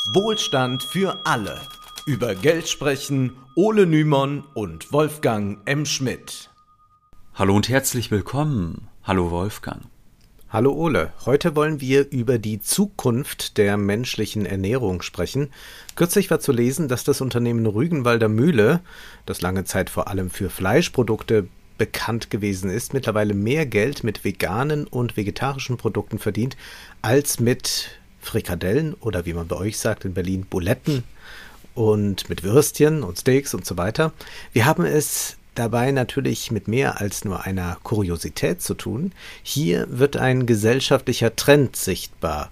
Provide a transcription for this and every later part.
Wohlstand für alle. Über Geld sprechen Ole Nymon und Wolfgang M. Schmidt. Hallo und herzlich willkommen. Hallo Wolfgang. Hallo Ole, heute wollen wir über die Zukunft der menschlichen Ernährung sprechen. Kürzlich war zu lesen, dass das Unternehmen Rügenwalder Mühle, das lange Zeit vor allem für Fleischprodukte bekannt gewesen ist, mittlerweile mehr Geld mit veganen und vegetarischen Produkten verdient, als mit Frikadellen oder wie man bei euch sagt in Berlin, Buletten und mit Würstchen und Steaks und so weiter. Wir haben es dabei natürlich mit mehr als nur einer Kuriosität zu tun. Hier wird ein gesellschaftlicher Trend sichtbar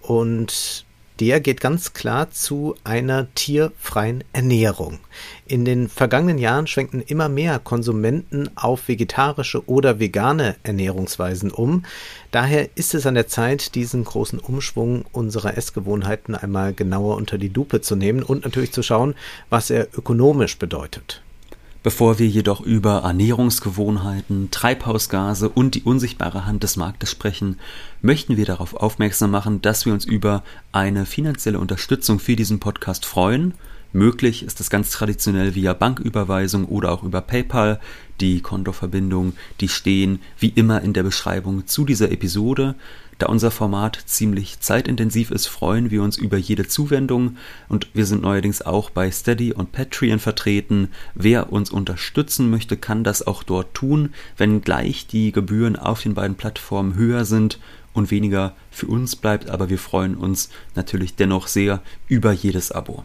und der geht ganz klar zu einer tierfreien Ernährung. In den vergangenen Jahren schwenkten immer mehr Konsumenten auf vegetarische oder vegane Ernährungsweisen um. Daher ist es an der Zeit, diesen großen Umschwung unserer Essgewohnheiten einmal genauer unter die Lupe zu nehmen und natürlich zu schauen, was er ökonomisch bedeutet. Bevor wir jedoch über Ernährungsgewohnheiten, Treibhausgase und die unsichtbare Hand des Marktes sprechen, möchten wir darauf aufmerksam machen, dass wir uns über eine finanzielle Unterstützung für diesen Podcast freuen. Möglich ist das ganz traditionell via Banküberweisung oder auch über PayPal. Die Kontoverbindungen, die stehen wie immer in der Beschreibung zu dieser Episode. Da unser Format ziemlich zeitintensiv ist, freuen wir uns über jede Zuwendung und wir sind neuerdings auch bei Steady und Patreon vertreten. Wer uns unterstützen möchte, kann das auch dort tun, wenngleich die Gebühren auf den beiden Plattformen höher sind und weniger für uns bleibt, aber wir freuen uns natürlich dennoch sehr über jedes Abo.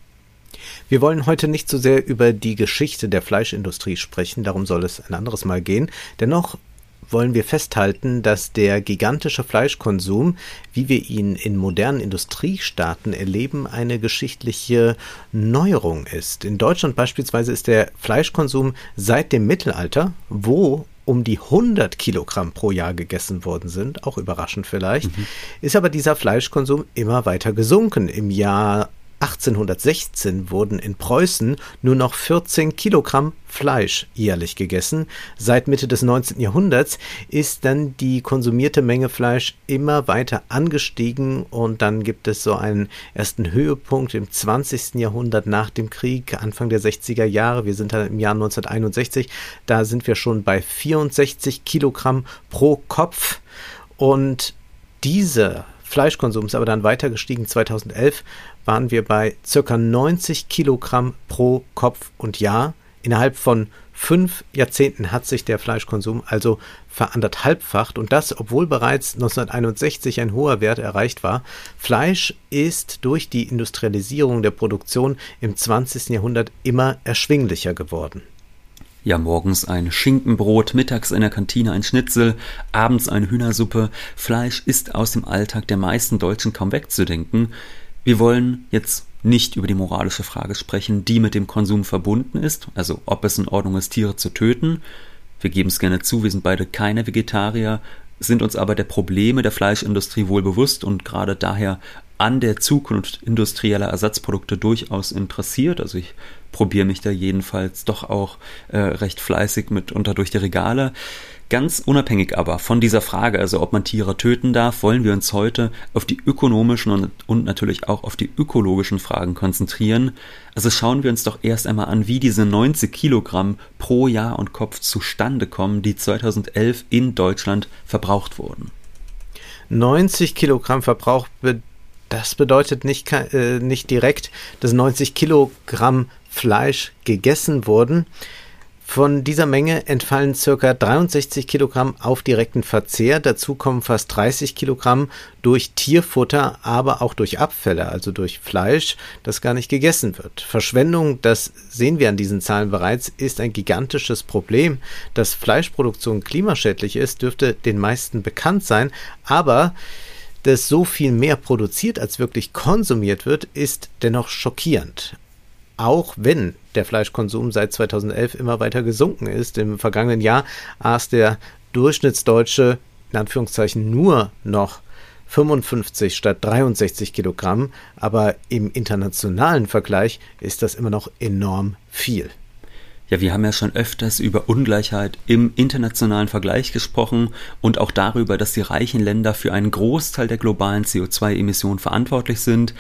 Wir wollen heute nicht so sehr über die Geschichte der Fleischindustrie sprechen, darum soll es ein anderes Mal gehen. Dennoch wollen wir festhalten, dass der gigantische Fleischkonsum, wie wir ihn in modernen Industriestaaten erleben, eine geschichtliche Neuerung ist. In Deutschland beispielsweise ist der Fleischkonsum seit dem Mittelalter, wo um die 100 Kilogramm pro Jahr gegessen worden sind, auch überraschend vielleicht, ist aber dieser Fleischkonsum immer weiter gesunken. Im Jahr 1816 wurden in Preußen nur noch 14 Kilogramm Fleisch jährlich gegessen. Seit Mitte des 19. Jahrhunderts ist dann die konsumierte Menge Fleisch immer weiter angestiegen und dann gibt es so einen ersten Höhepunkt im 20. Jahrhundert nach dem Krieg, Anfang der 60er Jahre. Wir sind dann im Jahr 1961, da sind wir schon bei 64 Kilogramm pro Kopf und dieser Fleischkonsum ist aber dann weiter gestiegen. 2011 waren wir bei ca. 90 Kilogramm pro Kopf und Jahr. Innerhalb von 5 Jahrzehnten hat sich der Fleischkonsum also veranderthalbfacht und das, obwohl bereits 1961 ein hoher Wert erreicht war. Fleisch ist durch die Industrialisierung der Produktion im 20. Jahrhundert immer erschwinglicher geworden. Ja, morgens ein Schinkenbrot, mittags in der Kantine ein Schnitzel, abends eine Hühnersuppe. Fleisch ist aus dem Alltag der meisten Deutschen kaum wegzudenken. Wir wollen jetzt nicht über die moralische Frage sprechen, die mit dem Konsum verbunden ist, also ob es in Ordnung ist, Tiere zu töten. Wir geben es gerne zu, wir sind beide keine Vegetarier, sind uns aber der Probleme der Fleischindustrie wohl bewusst und gerade daher an der Zukunft industrieller Ersatzprodukte durchaus interessiert. Also ich probiere mich da jedenfalls doch auch recht fleißig mitunter durch die Regale. Ganz unabhängig aber von dieser Frage, also ob man Tiere töten darf, wollen wir uns heute auf die ökonomischen und natürlich auch auf die ökologischen Fragen konzentrieren. Also schauen wir uns doch erst einmal an, wie diese 90 Kilogramm pro Jahr und Kopf zustande kommen, die 2011 in Deutschland verbraucht wurden. 90 Kilogramm Verbrauch, das bedeutet nicht direkt, dass 90 Kilogramm Fleisch gegessen wurden. Von dieser Menge entfallen ca. 63 Kilogramm auf direkten Verzehr. Dazu kommen fast 30 Kilogramm durch Tierfutter, aber auch durch Abfälle, also durch Fleisch, das gar nicht gegessen wird. Verschwendung, das sehen wir an diesen Zahlen bereits, ist ein gigantisches Problem. Dass Fleischproduktion klimaschädlich ist, dürfte den meisten bekannt sein, aber dass so viel mehr produziert, als wirklich konsumiert wird, ist dennoch schockierend. Auch wenn der Fleischkonsum seit 2011 immer weiter gesunken ist. Im vergangenen Jahr aß der Durchschnittsdeutsche in Anführungszeichen nur noch 55 statt 63 Kilogramm, aber im internationalen Vergleich ist das immer noch enorm viel. Ja, wir haben ja schon öfters über Ungleichheit im internationalen Vergleich gesprochen und auch darüber, dass die reichen Länder für einen Großteil der globalen CO2-Emissionen verantwortlich sind.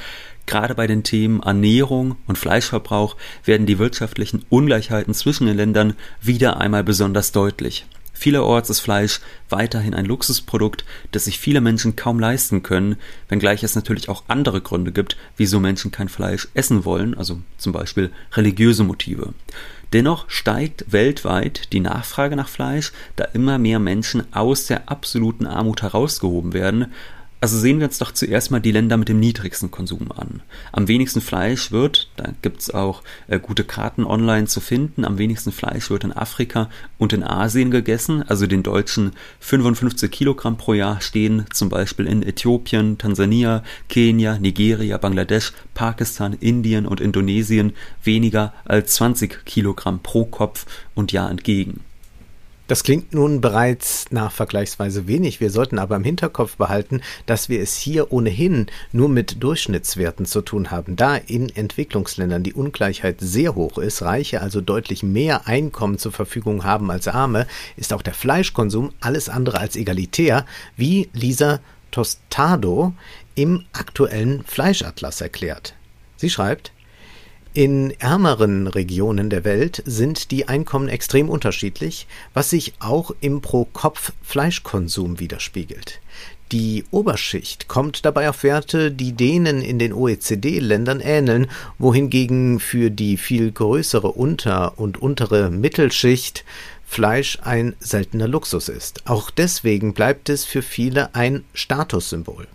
Gerade bei den Themen Ernährung und Fleischverbrauch werden die wirtschaftlichen Ungleichheiten zwischen den Ländern wieder einmal besonders deutlich. Vielerorts ist Fleisch weiterhin ein Luxusprodukt, das sich viele Menschen kaum leisten können, wenngleich es natürlich auch andere Gründe gibt, wieso Menschen kein Fleisch essen wollen, also zum Beispiel religiöse Motive. Dennoch steigt weltweit die Nachfrage nach Fleisch, da immer mehr Menschen aus der absoluten Armut herausgehoben werden. Also sehen wir uns doch zuerst mal die Länder mit dem niedrigsten Konsum an. Am wenigsten Fleisch wird, da gibt es auch gute Karten online zu finden, am wenigsten Fleisch wird in Afrika und in Asien gegessen. Also den deutschen 55 Kilogramm pro Jahr stehen zum Beispiel in Äthiopien, Tansania, Kenia, Nigeria, Bangladesch, Pakistan, Indien und Indonesien weniger als 20 Kilogramm pro Kopf und Jahr entgegen. Das klingt nun bereits nach vergleichsweise wenig. Wir sollten aber im Hinterkopf behalten, dass wir es hier ohnehin nur mit Durchschnittswerten zu tun haben. Da in Entwicklungsländern die Ungleichheit sehr hoch ist, Reiche also deutlich mehr Einkommen zur Verfügung haben als Arme, ist auch der Fleischkonsum alles andere als egalitär, wie Lisa Tostado im aktuellen Fleischatlas erklärt. Sie schreibt: In ärmeren Regionen der Welt sind die Einkommen extrem unterschiedlich, was sich auch im Pro-Kopf-Fleischkonsum widerspiegelt. Die Oberschicht kommt dabei auf Werte, die denen in den OECD-Ländern ähneln, wohingegen für die viel größere Unter- und untere Mittelschicht Fleisch ein seltener Luxus ist. Auch deswegen bleibt es für viele ein Statussymbol.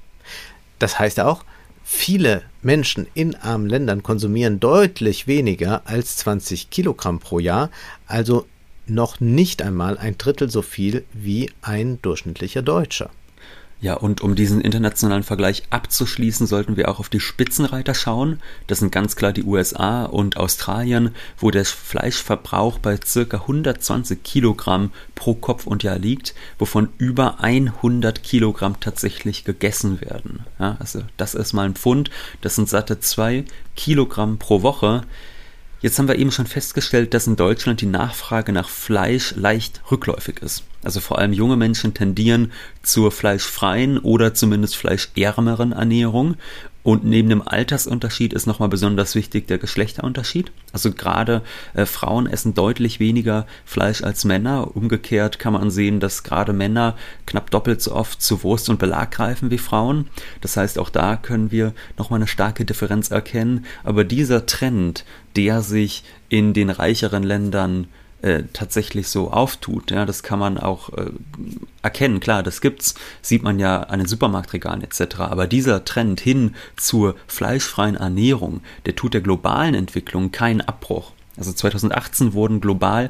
Das heißt auch, viele Menschen in armen Ländern konsumieren deutlich weniger als 20 Kilogramm pro Jahr, also noch nicht einmal ein Drittel so viel wie ein durchschnittlicher Deutscher. Ja, und um diesen internationalen Vergleich abzuschließen, sollten wir auch auf die Spitzenreiter schauen. Das sind ganz klar die USA und Australien, wo der Fleischverbrauch bei ca. 120 Kilogramm pro Kopf und Jahr liegt, wovon über 100 Kilogramm tatsächlich gegessen werden. Ja, also das ist mal ein Pfund, das sind satte 2 Kilogramm pro Woche. Jetzt haben wir eben schon festgestellt, dass in Deutschland die Nachfrage nach Fleisch leicht rückläufig ist. Also vor allem junge Menschen tendieren zur fleischfreien oder zumindest fleischärmeren Ernährung. Und neben dem Altersunterschied ist nochmal besonders wichtig der Geschlechterunterschied. Also gerade Frauen essen deutlich weniger Fleisch als Männer. Umgekehrt kann man sehen, dass gerade Männer knapp doppelt so oft zu Wurst und Belag greifen wie Frauen. Das heißt, auch da können wir nochmal eine starke Differenz erkennen. Aber dieser Trend, der sich in den reicheren Ländern tatsächlich so auftut. Ja, das kann man auch erkennen. Klar, das gibt's, sieht man ja an den Supermarktregalen etc. Aber dieser Trend hin zur fleischfreien Ernährung, der tut der globalen Entwicklung keinen Abbruch. Also 2018 wurden global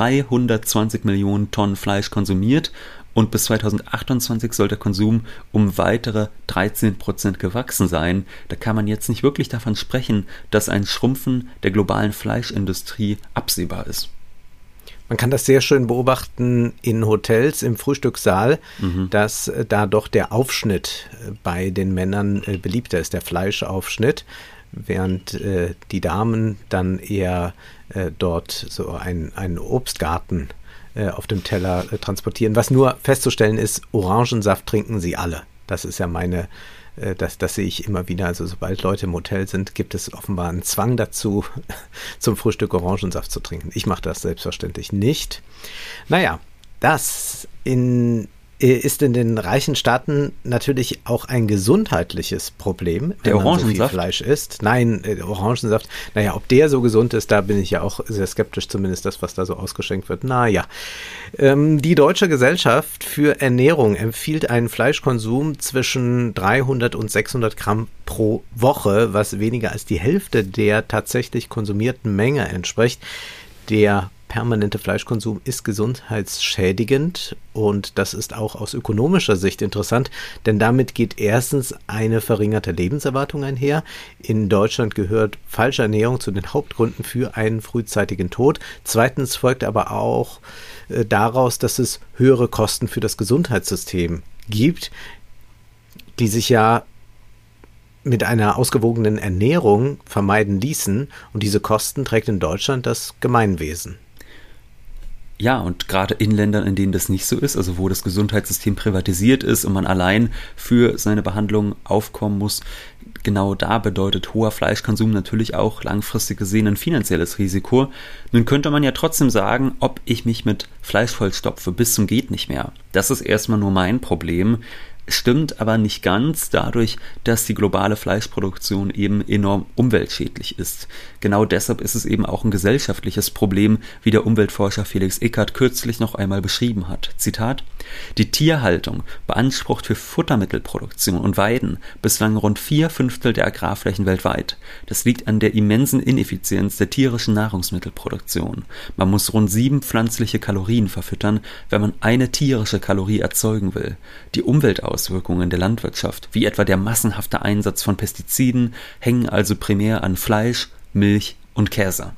320 Millionen Tonnen Fleisch konsumiert und bis 2028 soll der Konsum um weitere 13% gewachsen sein. Da kann man jetzt nicht wirklich davon sprechen, dass ein Schrumpfen der globalen Fleischindustrie absehbar ist. Man kann das sehr schön beobachten in Hotels im Frühstückssaal, dass da doch der Aufschnitt bei den Männern beliebter ist, der Fleischaufschnitt, während die Damen dann eher dort so einen Obstgarten auf dem Teller transportieren. Was nur festzustellen ist, Orangensaft trinken sie alle. Das ist ja das sehe ich immer wieder. Also sobald Leute im Hotel sind, gibt es offenbar einen Zwang dazu, zum Frühstück Orangensaft zu trinken. Ich mache das selbstverständlich nicht. Naja, das ist in den reichen Staaten natürlich auch ein gesundheitliches Problem, wenn man so viel Fleisch isst. Nein, Orangensaft, naja, ob der so gesund ist, da bin ich ja auch sehr skeptisch, zumindest das, was da so ausgeschenkt wird. Naja, die Deutsche Gesellschaft für Ernährung empfiehlt einen Fleischkonsum zwischen 300 und 600 Gramm pro Woche, was weniger als die Hälfte der tatsächlich konsumierten Menge entspricht. Der permanente Fleischkonsum ist gesundheitsschädigend und das ist auch aus ökonomischer Sicht interessant, denn damit geht erstens eine verringerte Lebenserwartung einher. In Deutschland gehört falsche Ernährung zu den Hauptgründen für einen frühzeitigen Tod. Zweitens folgt aber auch daraus, dass es höhere Kosten für das Gesundheitssystem gibt, die sich ja mit einer ausgewogenen Ernährung vermeiden ließen und diese Kosten trägt in Deutschland das Gemeinwesen. Ja, und gerade in Ländern, in denen das nicht so ist, also wo das Gesundheitssystem privatisiert ist und man allein für seine Behandlung aufkommen muss, genau da bedeutet hoher Fleischkonsum natürlich auch langfristig gesehen ein finanzielles Risiko. Nun könnte man ja trotzdem sagen, ob ich mich mit Fleisch vollstopfe bis zum geht nicht mehr. Das ist erstmal nur mein Problem. Stimmt aber nicht ganz dadurch, dass die globale Fleischproduktion eben enorm umweltschädlich ist. Genau deshalb ist es eben auch ein gesellschaftliches Problem, wie der Umweltforscher Felix Eckert kürzlich noch einmal beschrieben hat. Zitat: Die Tierhaltung beansprucht für Futtermittelproduktion und Weiden bislang rund 4/5 der Agrarflächen weltweit. Das liegt an der immensen Ineffizienz der tierischen Nahrungsmittelproduktion. Man muss rund 7 pflanzliche Kalorien verfüttern, wenn man eine tierische Kalorie erzeugen will. Die Umweltauswirkungen der Landwirtschaft, wie etwa der massenhafte Einsatz von Pestiziden, hängen also primär an Fleisch, Milch und Käse.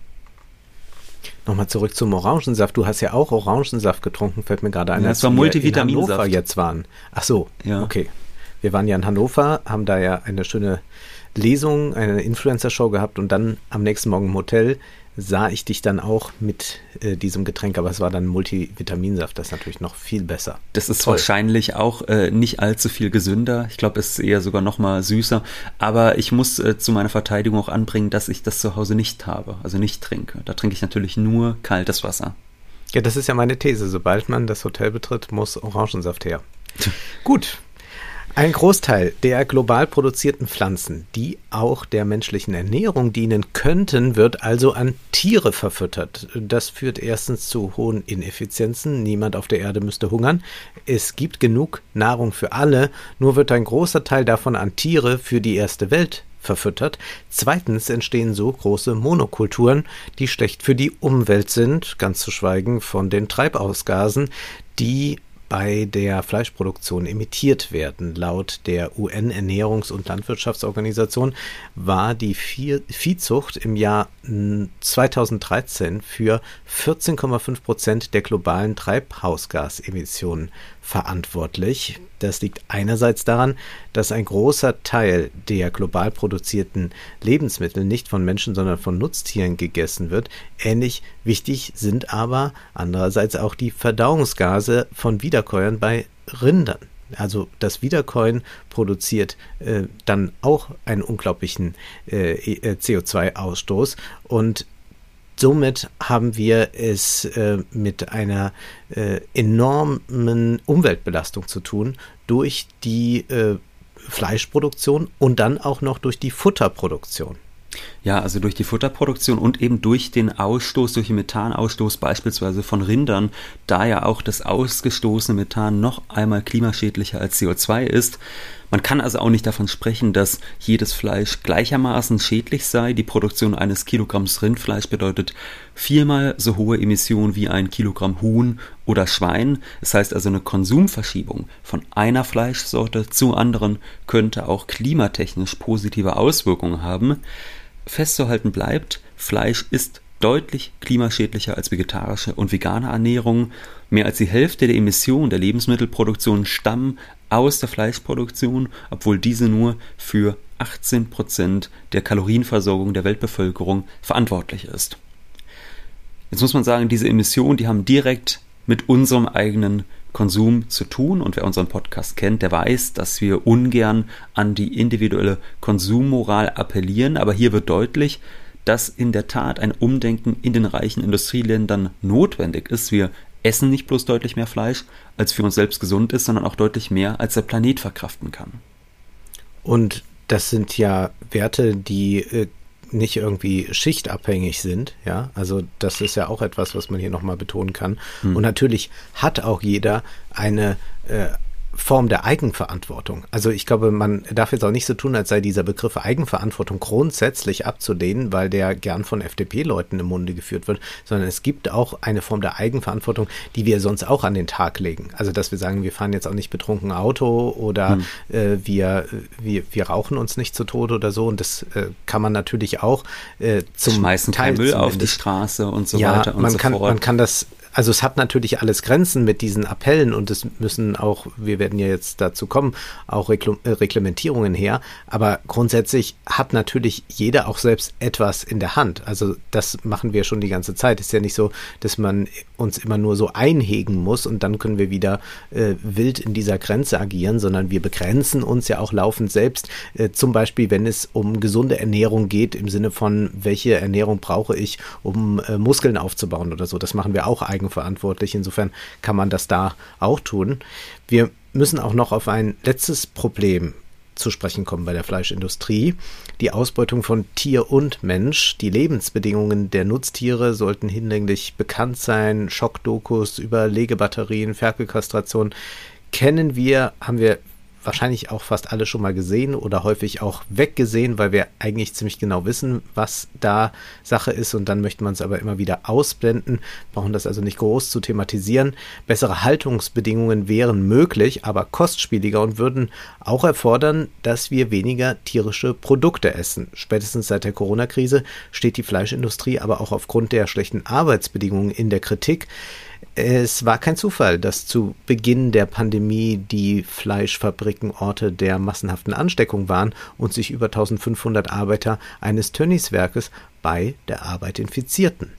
Nochmal zurück zum Orangensaft. Du hast ja auch Orangensaft getrunken, fällt mir gerade ein. Ja, das war Multivitaminsaft. In Hannover jetzt waren. Ach so, ja. Okay. Wir waren ja in Hannover, haben da ja eine schöne Lesung, eine Influencer-Show gehabt und dann am nächsten Morgen im Hotel sah ich dich dann auch mit diesem Getränk, aber es war dann Multivitaminsaft, das ist natürlich noch viel besser. Das ist wahrscheinlich auch nicht allzu viel gesünder. Ich glaube, es ist eher sogar noch mal süßer. Aber ich muss zu meiner Verteidigung auch anbringen, dass ich das zu Hause nicht habe, also nicht trinke. Da trinke ich natürlich nur kaltes Wasser. Ja, das ist ja meine These. Sobald man das Hotel betritt, muss Orangensaft her. Gut. Ein Großteil der global produzierten Pflanzen, die auch der menschlichen Ernährung dienen könnten, wird also an Tiere verfüttert. Das führt erstens zu hohen Ineffizienzen. Niemand auf der Erde müsste hungern. Es gibt genug Nahrung für alle, nur wird ein großer Teil davon an Tiere für die erste Welt verfüttert. Zweitens entstehen so große Monokulturen, die schlecht für die Umwelt sind, ganz zu schweigen von den Treibhausgasen, die bei der Fleischproduktion emittiert werden. Laut der UN-Ernährungs- und Landwirtschaftsorganisation war die Viehzucht im Jahr 2013 für 14,5% der globalen Treibhausgasemissionen verantwortlich. Das liegt einerseits daran, dass ein großer Teil der global produzierten Lebensmittel nicht von Menschen, sondern von Nutztieren gegessen wird. Ähnlich wichtig sind aber andererseits auch die Verdauungsgase von Wiederkäuern bei Rindern. Also das Wiederkäuen produziert dann auch einen unglaublichen CO2-Ausstoß und somit haben wir es mit einer enormen Umweltbelastung zu tun durch die Fleischproduktion und dann auch noch durch die Futterproduktion. Ja, also durch die Futterproduktion und eben durch den Ausstoß, durch den Methanausstoß beispielsweise von Rindern, da ja auch das ausgestoßene Methan noch einmal klimaschädlicher als CO2 ist. Man kann also auch nicht davon sprechen, dass jedes Fleisch gleichermaßen schädlich sei. Die Produktion eines Kilogramms Rindfleisch bedeutet 4-mal so hohe Emissionen wie ein Kilogramm Huhn oder Schwein. Das heißt also, eine Konsumverschiebung von einer Fleischsorte zu anderen könnte auch klimatechnisch positive Auswirkungen haben. Festzuhalten bleibt, Fleisch ist deutlich klimaschädlicher als vegetarische und vegane Ernährung. Mehr als die Hälfte der Emissionen der Lebensmittelproduktion stammen aus der Fleischproduktion, obwohl diese nur für 18% der Kalorienversorgung der Weltbevölkerung verantwortlich ist. Jetzt muss man sagen, diese Emissionen, die haben direkt mit unserem eigenen Konsum zu tun, und wer unseren Podcast kennt, der weiß, dass wir ungern an die individuelle Konsummoral appellieren, aber hier wird deutlich, dass in der Tat ein Umdenken in den reichen Industrieländern notwendig ist. Wir essen nicht bloß deutlich mehr Fleisch, als für uns selbst gesund ist, sondern auch deutlich mehr, als der Planet verkraften kann. Und das sind ja Werte, die nicht irgendwie schichtabhängig sind, ja, also das ist ja auch etwas, was man hier nochmal betonen kann. Und natürlich hat auch jeder eine Form der Eigenverantwortung. Also ich glaube, man darf jetzt auch nicht so tun, als sei dieser Begriff Eigenverantwortung grundsätzlich abzulehnen, weil der gern von FDP-Leuten im Munde geführt wird, sondern es gibt auch eine Form der Eigenverantwortung, die wir sonst auch an den Tag legen. Also dass wir sagen, wir fahren jetzt auch nicht betrunken Auto oder wir rauchen uns nicht zu Tode oder so, und das kann man natürlich auch zum schmeißen Teil keinen Müll auf die Straße und so weiter und man so kann, fort. Man kann das also es hat natürlich alles Grenzen mit diesen Appellen und es müssen auch, wir werden ja jetzt dazu kommen, auch Reglementierungen her, aber grundsätzlich hat natürlich jeder auch selbst etwas in der Hand. Also das machen wir schon die ganze Zeit. Es ist ja nicht so, dass man uns immer nur so einhegen muss und dann können wir wieder wild in dieser Grenze agieren, sondern wir begrenzen uns ja auch laufend selbst. Zum Beispiel, wenn es um gesunde Ernährung geht, im Sinne von, welche Ernährung brauche ich, um Muskeln aufzubauen oder so. Das machen wir auch eigenverantwortlich. Insofern kann man das da auch tun. Wir müssen auch noch auf ein letztes Problem zu sprechen kommen bei der Fleischindustrie. Die Ausbeutung von Tier und Mensch. Die Lebensbedingungen der Nutztiere sollten hinlänglich bekannt sein. Schockdokus über Legebatterien, Ferkelkastration kennen wir, haben wir wahrscheinlich auch fast alle schon mal gesehen oder häufig auch weggesehen, weil wir eigentlich ziemlich genau wissen, was da Sache ist und dann möchte man es aber immer wieder ausblenden, brauchen das also nicht groß zu thematisieren. Bessere Haltungsbedingungen wären möglich, aber kostspieliger und würden auch erfordern, dass wir weniger tierische Produkte essen. Spätestens seit der Corona-Krise steht die Fleischindustrie aber auch aufgrund der schlechten Arbeitsbedingungen in der Kritik. Es war kein Zufall, dass zu Beginn der Pandemie die Fleischfabriken Orte der massenhaften Ansteckung waren und sich über 1500 Arbeiter eines Tönnies-Werkes bei der Arbeit infizierten.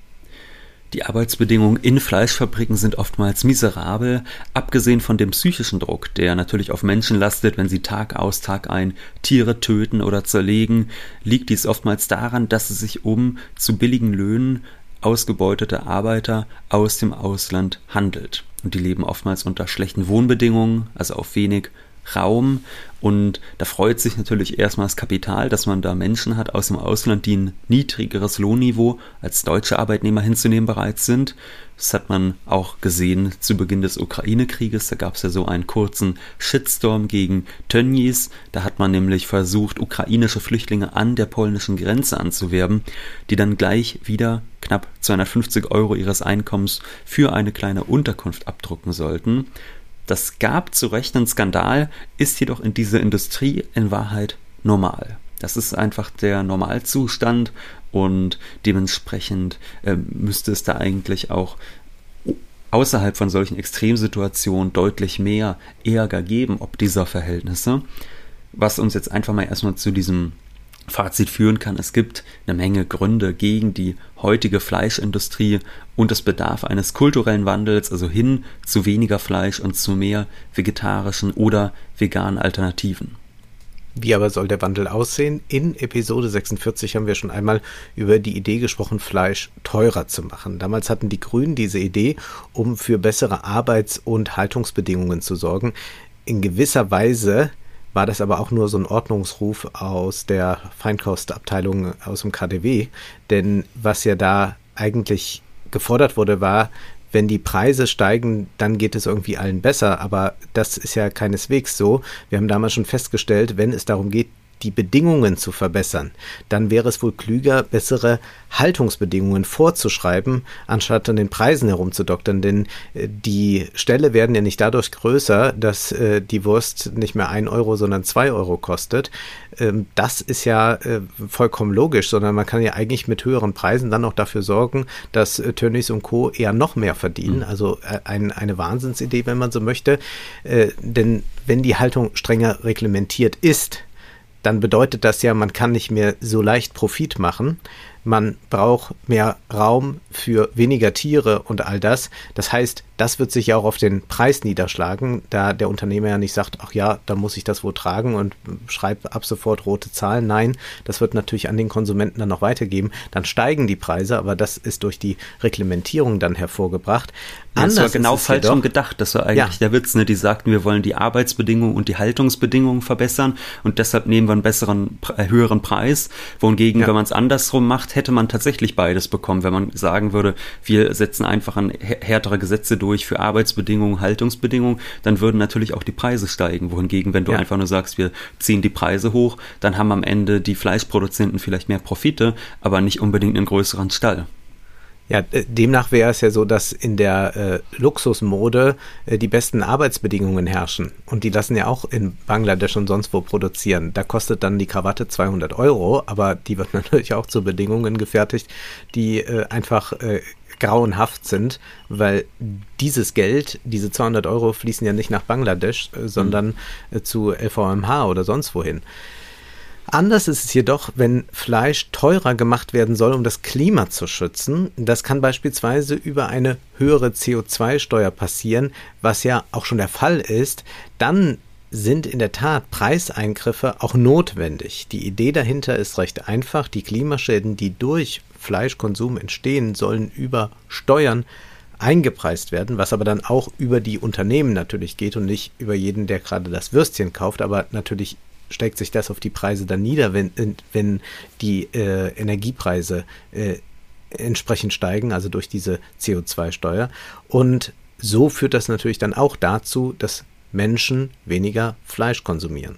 Die Arbeitsbedingungen in Fleischfabriken sind oftmals miserabel, abgesehen von dem psychischen Druck, der natürlich auf Menschen lastet, wenn sie Tag aus, Tag ein Tiere töten oder zerlegen, liegt dies oftmals daran, dass es sich um zu billigen Löhnen ausgebeutete Arbeiter aus dem Ausland handelt. Und die leben oftmals unter schlechten Wohnbedingungen, also auf wenig Raum. Und da freut sich natürlich erstmal das Kapital, dass man da Menschen hat aus dem Ausland, die ein niedrigeres Lohnniveau als deutsche Arbeitnehmer hinzunehmen bereit sind. Das hat man auch gesehen zu Beginn des Ukraine-Krieges. Da gab es ja so einen kurzen Shitstorm gegen Tönnies. Da hat man nämlich versucht, ukrainische Flüchtlinge an der polnischen Grenze anzuwerben, die dann gleich wieder knapp 250 € ihres Einkommens für eine kleine Unterkunft abdrucken sollten. Das gab zu Recht einen Skandal, ist jedoch in dieser Industrie in Wahrheit normal. Das ist einfach der Normalzustand und dementsprechend müsste es da eigentlich auch außerhalb von solchen Extremsituationen deutlich mehr Ärger geben, ob dieser Verhältnisse. Was uns jetzt einfach mal erstmal zu diesem Fazit führen kann, es gibt eine Menge Gründe gegen die heutige Fleischindustrie und es bedarf eines kulturellen Wandels, also hin zu weniger Fleisch und zu mehr vegetarischen oder veganen Alternativen. Wie aber soll der Wandel aussehen? In Episode 46 haben wir schon einmal über die Idee gesprochen, Fleisch teurer zu machen. Damals hatten die Grünen diese Idee, um für bessere Arbeits- und Haltungsbedingungen zu sorgen. In gewisser Weise war das aber auch nur so ein Ordnungsruf aus der Feinkostabteilung aus dem KaDeWe. Denn was ja da eigentlich gefordert wurde, war, wenn die Preise steigen, dann geht es irgendwie allen besser. Aber das ist ja keineswegs so. Wir haben damals schon festgestellt, wenn es darum geht, die Bedingungen zu verbessern, dann wäre es wohl klüger, bessere Haltungsbedingungen vorzuschreiben, anstatt an den Preisen herumzudoktern. Denn die Ställe werden ja nicht dadurch größer, dass die Wurst nicht mehr 1 €, sondern 2 € kostet. Das ist ja vollkommen logisch, sondern man kann ja eigentlich mit höheren Preisen dann auch dafür sorgen, dass Tönnies und Co. eher noch mehr verdienen. Also eine Wahnsinnsidee, wenn man so möchte. Denn wenn die Haltung strenger reglementiert ist, dann bedeutet das ja, man kann nicht mehr so leicht Profit machen. Man braucht mehr Raum für weniger Tiere und all das. Das heißt, das wird sich ja auch auf den Preis niederschlagen, da der Unternehmer ja nicht sagt, ach ja, da muss ich das wohl tragen und schreibe ab sofort rote Zahlen. Nein, das wird natürlich an den Konsumenten dann noch weitergeben. Dann steigen die Preise, aber das ist durch die Reglementierung dann hervorgebracht. Das war genau falsch schon gedacht. Das war eigentlich der Witz, ne? Die sagten, wir wollen die Arbeitsbedingungen und die Haltungsbedingungen verbessern und deshalb nehmen wir einen besseren, höheren Preis. Wohingegen, wenn man es andersrum macht, hätte man tatsächlich beides bekommen. Wenn man sagen würde, wir setzen einfach härtere Gesetze durch für Arbeitsbedingungen, Haltungsbedingungen, dann würden natürlich auch die Preise steigen. Wohingegen, wenn du einfach nur sagst, wir ziehen die Preise hoch, dann haben am Ende die Fleischproduzenten vielleicht mehr Profite, aber nicht unbedingt einen größeren Stall. Ja, demnach wäre es ja so, dass in der Luxusmode die besten Arbeitsbedingungen herrschen. Und die lassen ja auch in Bangladesch und sonst wo produzieren. Da kostet dann die Krawatte 200 €, aber die wird natürlich auch zu Bedingungen gefertigt, die einfach grauenhaft sind, weil dieses Geld, diese 200 Euro fließen ja nicht nach Bangladesch, sondern zu LVMH oder sonst wohin. Anders ist es jedoch, wenn Fleisch teurer gemacht werden soll, um das Klima zu schützen. Das kann beispielsweise über eine höhere CO2-Steuer passieren, was ja auch schon der Fall ist. Dann sind in der Tat Preiseingriffe auch notwendig. Die Idee dahinter ist recht einfach. Die Klimaschäden, die durch Fleischkonsum entstehen, sollen über Steuern eingepreist werden, was aber dann auch über die Unternehmen natürlich geht und nicht über jeden, der gerade das Würstchen kauft, aber natürlich schlägt sich das auf die Preise dann nieder, wenn die Energiepreise entsprechend steigen, also durch diese CO2-Steuer. Und so führt das natürlich dann auch dazu, dass Menschen weniger Fleisch konsumieren.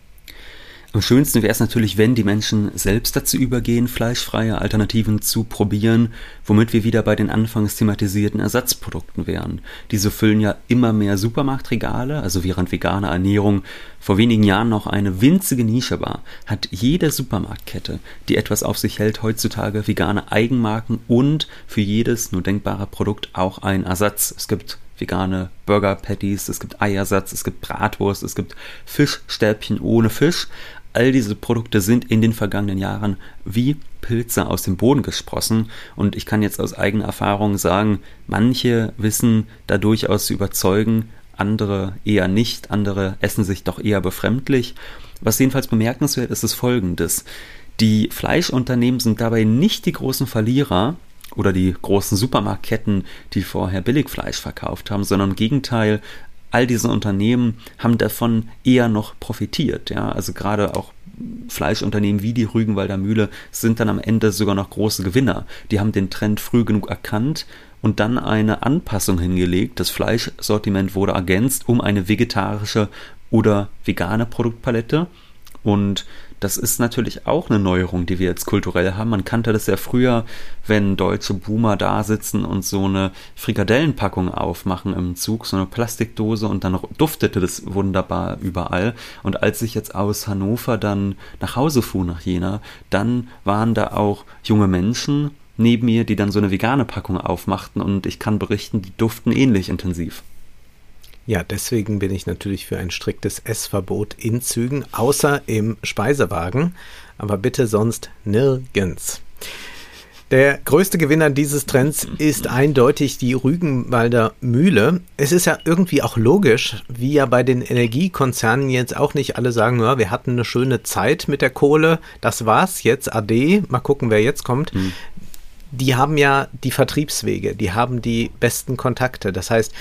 Am schönsten wäre es natürlich, wenn die Menschen selbst dazu übergehen, fleischfreie Alternativen zu probieren, womit wir wieder bei den anfangs thematisierten Ersatzprodukten wären. Diese füllen ja immer mehr Supermarktregale, also während vegane Ernährung vor wenigen Jahren noch eine winzige Nische war, hat jede Supermarktkette, die etwas auf sich hält, heutzutage vegane Eigenmarken und für jedes nur denkbare Produkt auch ein Ersatz. Es gibt vegane Burger-Patties, es gibt Eiersatz, es gibt Bratwurst, es gibt Fischstäbchen ohne Fisch. All diese Produkte sind in den vergangenen Jahren wie Pilze aus dem Boden gesprossen und ich kann jetzt aus eigener Erfahrung sagen, manche wissen da durchaus zu überzeugen, andere eher nicht, andere essen sich doch eher befremdlich. Was jedenfalls bemerkenswert ist, ist Folgendes. Die Fleischunternehmen sind dabei nicht die großen Verlierer oder die großen Supermarktketten, die vorher Billigfleisch verkauft haben, sondern im Gegenteil, all diese Unternehmen haben davon eher noch profitiert. Ja? Also gerade auch Fleischunternehmen wie die Rügenwalder Mühle sind dann am Ende sogar noch große Gewinner. Die haben den Trend früh genug erkannt und dann eine Anpassung hingelegt. Das Fleischsortiment wurde ergänzt um eine vegetarische oder vegane Produktpalette. Und das ist natürlich auch eine Neuerung, die wir jetzt kulturell haben. Man kannte das ja früher, wenn deutsche Boomer da sitzen und so eine Frikadellenpackung aufmachen im Zug, so eine Plastikdose und dann duftete das wunderbar überall. Und als ich jetzt aus Hannover dann nach Hause fuhr nach Jena, dann waren da auch junge Menschen neben mir, die dann so eine vegane Packung aufmachten und ich kann berichten, die duften ähnlich intensiv. Ja, deswegen bin ich natürlich für ein striktes Essverbot in Zügen, außer im Speisewagen, aber bitte sonst nirgends. Der größte Gewinner dieses Trends ist eindeutig die Rügenwalder Mühle. Es ist ja irgendwie auch logisch, wie ja bei den Energiekonzernen jetzt auch nicht alle sagen, ja, wir hatten eine schöne Zeit mit der Kohle, das war's jetzt, ade, mal gucken, wer jetzt kommt. Die haben ja die Vertriebswege, die haben die besten Kontakte. Das heißt,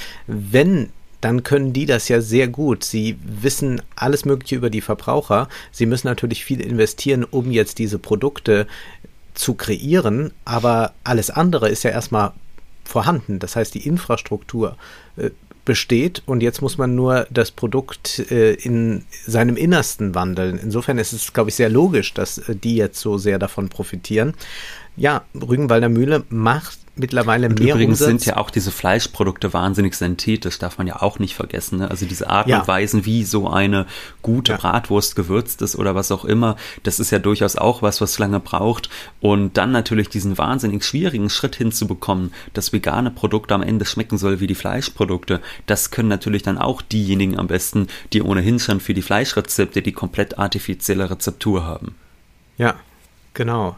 dann können die das ja sehr gut. Sie wissen alles Mögliche über die Verbraucher. Sie müssen natürlich viel investieren, um jetzt diese Produkte zu kreieren, aber alles andere ist ja erstmal vorhanden. Das heißt, die Infrastruktur besteht und jetzt muss man nur das Produkt in seinem Innersten wandeln. Insofern ist es, glaube ich, sehr logisch, dass die jetzt so sehr davon profitieren. Ja, Rügenwalder Mühle macht mittlerweile und mehr übrigens Umsatz. Sind ja auch diese Fleischprodukte wahnsinnig synthetisch, darf man ja auch nicht vergessen. Ne? Also diese Art und Weisen, wie so eine gute Bratwurst gewürzt ist oder was auch immer, das ist ja durchaus auch was lange braucht. Und dann natürlich diesen wahnsinnig schwierigen Schritt hinzubekommen, dass vegane Produkte am Ende schmecken soll wie die Fleischprodukte, das können natürlich dann auch diejenigen am besten, die ohnehin schon für die Fleischrezepte die komplett artifizielle Rezeptur haben. Ja, genau.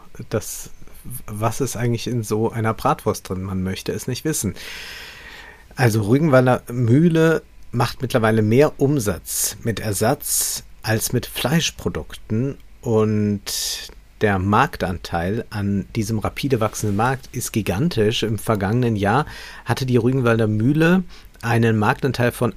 Was ist eigentlich in so einer Bratwurst drin? Man möchte es nicht wissen. Also Rügenwalder Mühle macht mittlerweile mehr Umsatz mit Ersatz als mit Fleischprodukten und der Marktanteil an diesem rapide wachsenden Markt ist gigantisch. Im vergangenen Jahr hatte die Rügenwalder Mühle einen Marktanteil von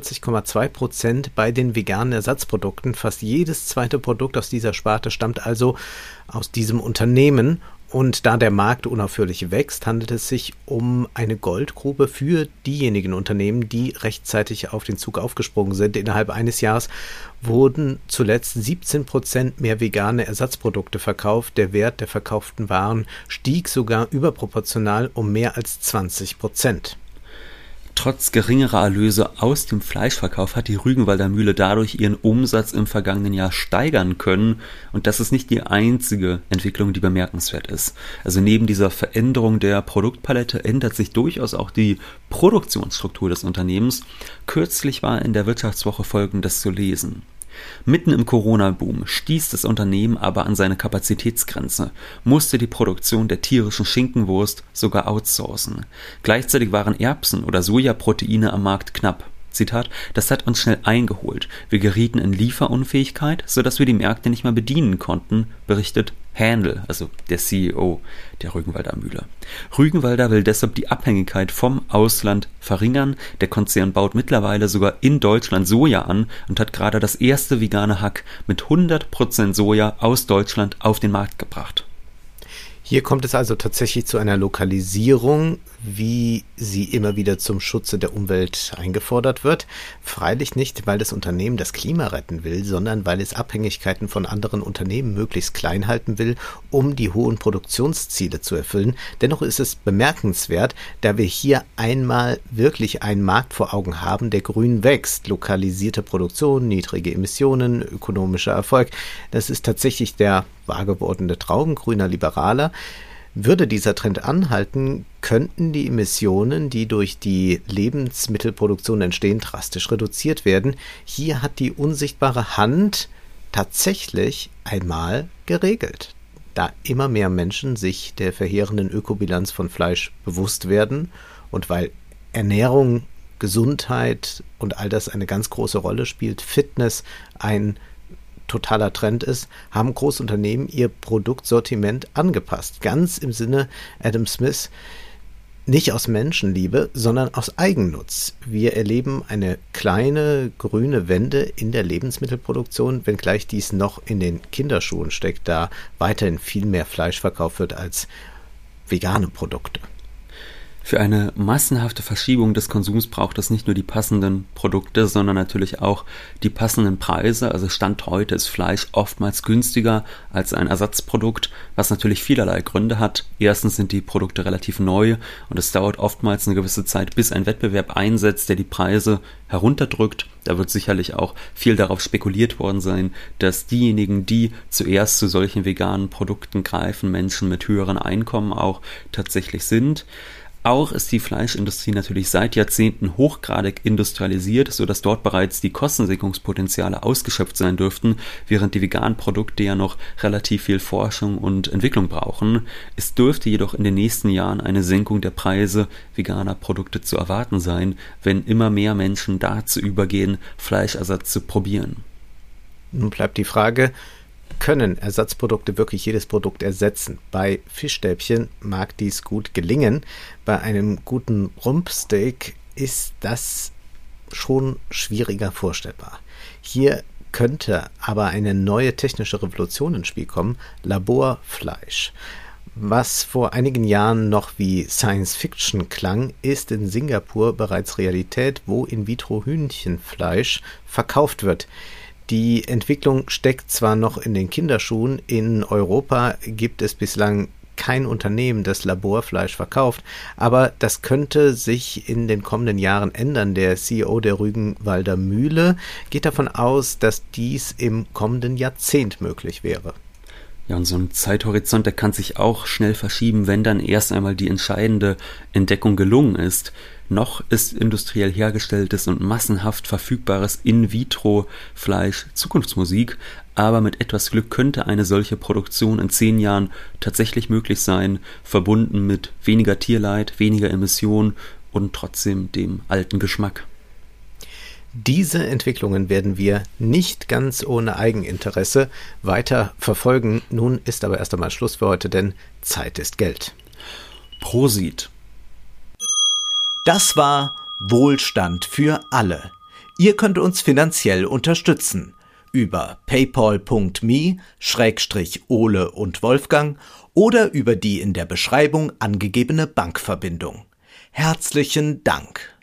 41,2% bei den veganen Ersatzprodukten. Fast jedes zweite Produkt aus dieser Sparte stammt also aus diesem Unternehmen. Und da der Markt unaufhörlich wächst, handelt es sich um eine Goldgrube für diejenigen Unternehmen, die rechtzeitig auf den Zug aufgesprungen sind. Innerhalb eines Jahres wurden zuletzt 17% mehr vegane Ersatzprodukte verkauft. Der Wert der verkauften Waren stieg sogar überproportional um mehr als 20%. Trotz geringerer Erlöse aus dem Fleischverkauf hat die Rügenwalder Mühle dadurch ihren Umsatz im vergangenen Jahr steigern können. Und das ist nicht die einzige Entwicklung, die bemerkenswert ist. Also neben dieser Veränderung der Produktpalette ändert sich durchaus auch die Produktionsstruktur des Unternehmens. Kürzlich war in der Wirtschaftswoche Folgendes zu lesen. Mitten im Corona-Boom stieß das Unternehmen aber an seine Kapazitätsgrenze, musste die Produktion der tierischen Schinkenwurst sogar outsourcen. Gleichzeitig waren Erbsen- oder Sojaproteine am Markt knapp. Zitat, das hat uns schnell eingeholt. Wir gerieten in Lieferunfähigkeit, sodass wir die Märkte nicht mehr bedienen konnten, berichtet Händel, also der CEO der Rügenwalder Mühle. Rügenwalder will deshalb die Abhängigkeit vom Ausland verringern. Der Konzern baut mittlerweile sogar in Deutschland Soja an und hat gerade das erste vegane Hack mit 100% Soja aus Deutschland auf den Markt gebracht. Hier kommt es also tatsächlich zu einer Lokalisierung, wie sie immer wieder zum Schutze der Umwelt eingefordert wird. Freilich nicht, weil das Unternehmen das Klima retten will, sondern weil es Abhängigkeiten von anderen Unternehmen möglichst klein halten will, um die hohen Produktionsziele zu erfüllen. Dennoch ist es bemerkenswert, da wir hier einmal wirklich einen Markt vor Augen haben, der grün wächst. Lokalisierte Produktion, niedrige Emissionen, ökonomischer Erfolg. Das ist tatsächlich der wahr gewordene Traum grüner Liberaler. Würde dieser Trend anhalten, könnten die Emissionen, die durch die Lebensmittelproduktion entstehen, drastisch reduziert werden. Hier hat die unsichtbare Hand tatsächlich einmal geregelt. Da immer mehr Menschen sich der verheerenden Ökobilanz von Fleisch bewusst werden und weil Ernährung, Gesundheit und all das eine ganz große Rolle spielt, Fitness ein totaler Trend ist, haben Großunternehmen ihr Produktsortiment angepasst. Ganz im Sinne Adam Smith, nicht aus Menschenliebe, sondern aus Eigennutz. Wir erleben eine kleine grüne Wende in der Lebensmittelproduktion, wenngleich dies noch in den Kinderschuhen steckt, da weiterhin viel mehr Fleisch verkauft wird als vegane Produkte. Für eine massenhafte Verschiebung des Konsums braucht es nicht nur die passenden Produkte, sondern natürlich auch die passenden Preise. Also Stand heute ist Fleisch oftmals günstiger als ein Ersatzprodukt, was natürlich vielerlei Gründe hat. Erstens sind die Produkte relativ neu und es dauert oftmals eine gewisse Zeit, bis ein Wettbewerb einsetzt, der die Preise herunterdrückt. Da wird sicherlich auch viel darauf spekuliert worden sein, dass diejenigen, die zuerst zu solchen veganen Produkten greifen, Menschen mit höheren Einkommen auch tatsächlich sind. Auch ist die Fleischindustrie natürlich seit Jahrzehnten hochgradig industrialisiert, sodass dort bereits die Kostensenkungspotenziale ausgeschöpft sein dürften, während die veganen Produkte ja noch relativ viel Forschung und Entwicklung brauchen. Es dürfte jedoch in den nächsten Jahren eine Senkung der Preise veganer Produkte zu erwarten sein, wenn immer mehr Menschen dazu übergehen, Fleischersatz zu probieren. Nun bleibt die Frage, können Ersatzprodukte wirklich jedes Produkt ersetzen? Bei Fischstäbchen mag dies gut gelingen. Bei einem guten Rumpsteak ist das schon schwieriger vorstellbar. Hier könnte aber eine neue technische Revolution ins Spiel kommen: Laborfleisch. Was vor einigen Jahren noch wie Science Fiction klang, ist in Singapur bereits Realität, wo In-vitro-Hühnchenfleisch verkauft wird. Die Entwicklung steckt zwar noch in den Kinderschuhen, in Europa gibt es bislang kein Unternehmen, das Laborfleisch verkauft, aber das könnte sich in den kommenden Jahren ändern. Der CEO der Rügenwalder Mühle geht davon aus, dass dies im kommenden Jahrzehnt möglich wäre. Ja, und so ein Zeithorizont, der kann sich auch schnell verschieben, wenn dann erst einmal die entscheidende Entdeckung gelungen ist. Noch ist industriell hergestelltes und massenhaft verfügbares In-vitro-Fleisch Zukunftsmusik, aber mit etwas Glück könnte eine solche Produktion in 10 Jahren tatsächlich möglich sein, verbunden mit weniger Tierleid, weniger Emissionen und trotzdem dem alten Geschmack. Diese Entwicklungen werden wir nicht ganz ohne Eigeninteresse weiter verfolgen. Nun ist aber erst einmal Schluss für heute, denn Zeit ist Geld. Prosit! Das war Wohlstand für alle. Ihr könnt uns finanziell unterstützen über paypal.me/Ole und Wolfgang oder über die in der Beschreibung angegebene Bankverbindung. Herzlichen Dank!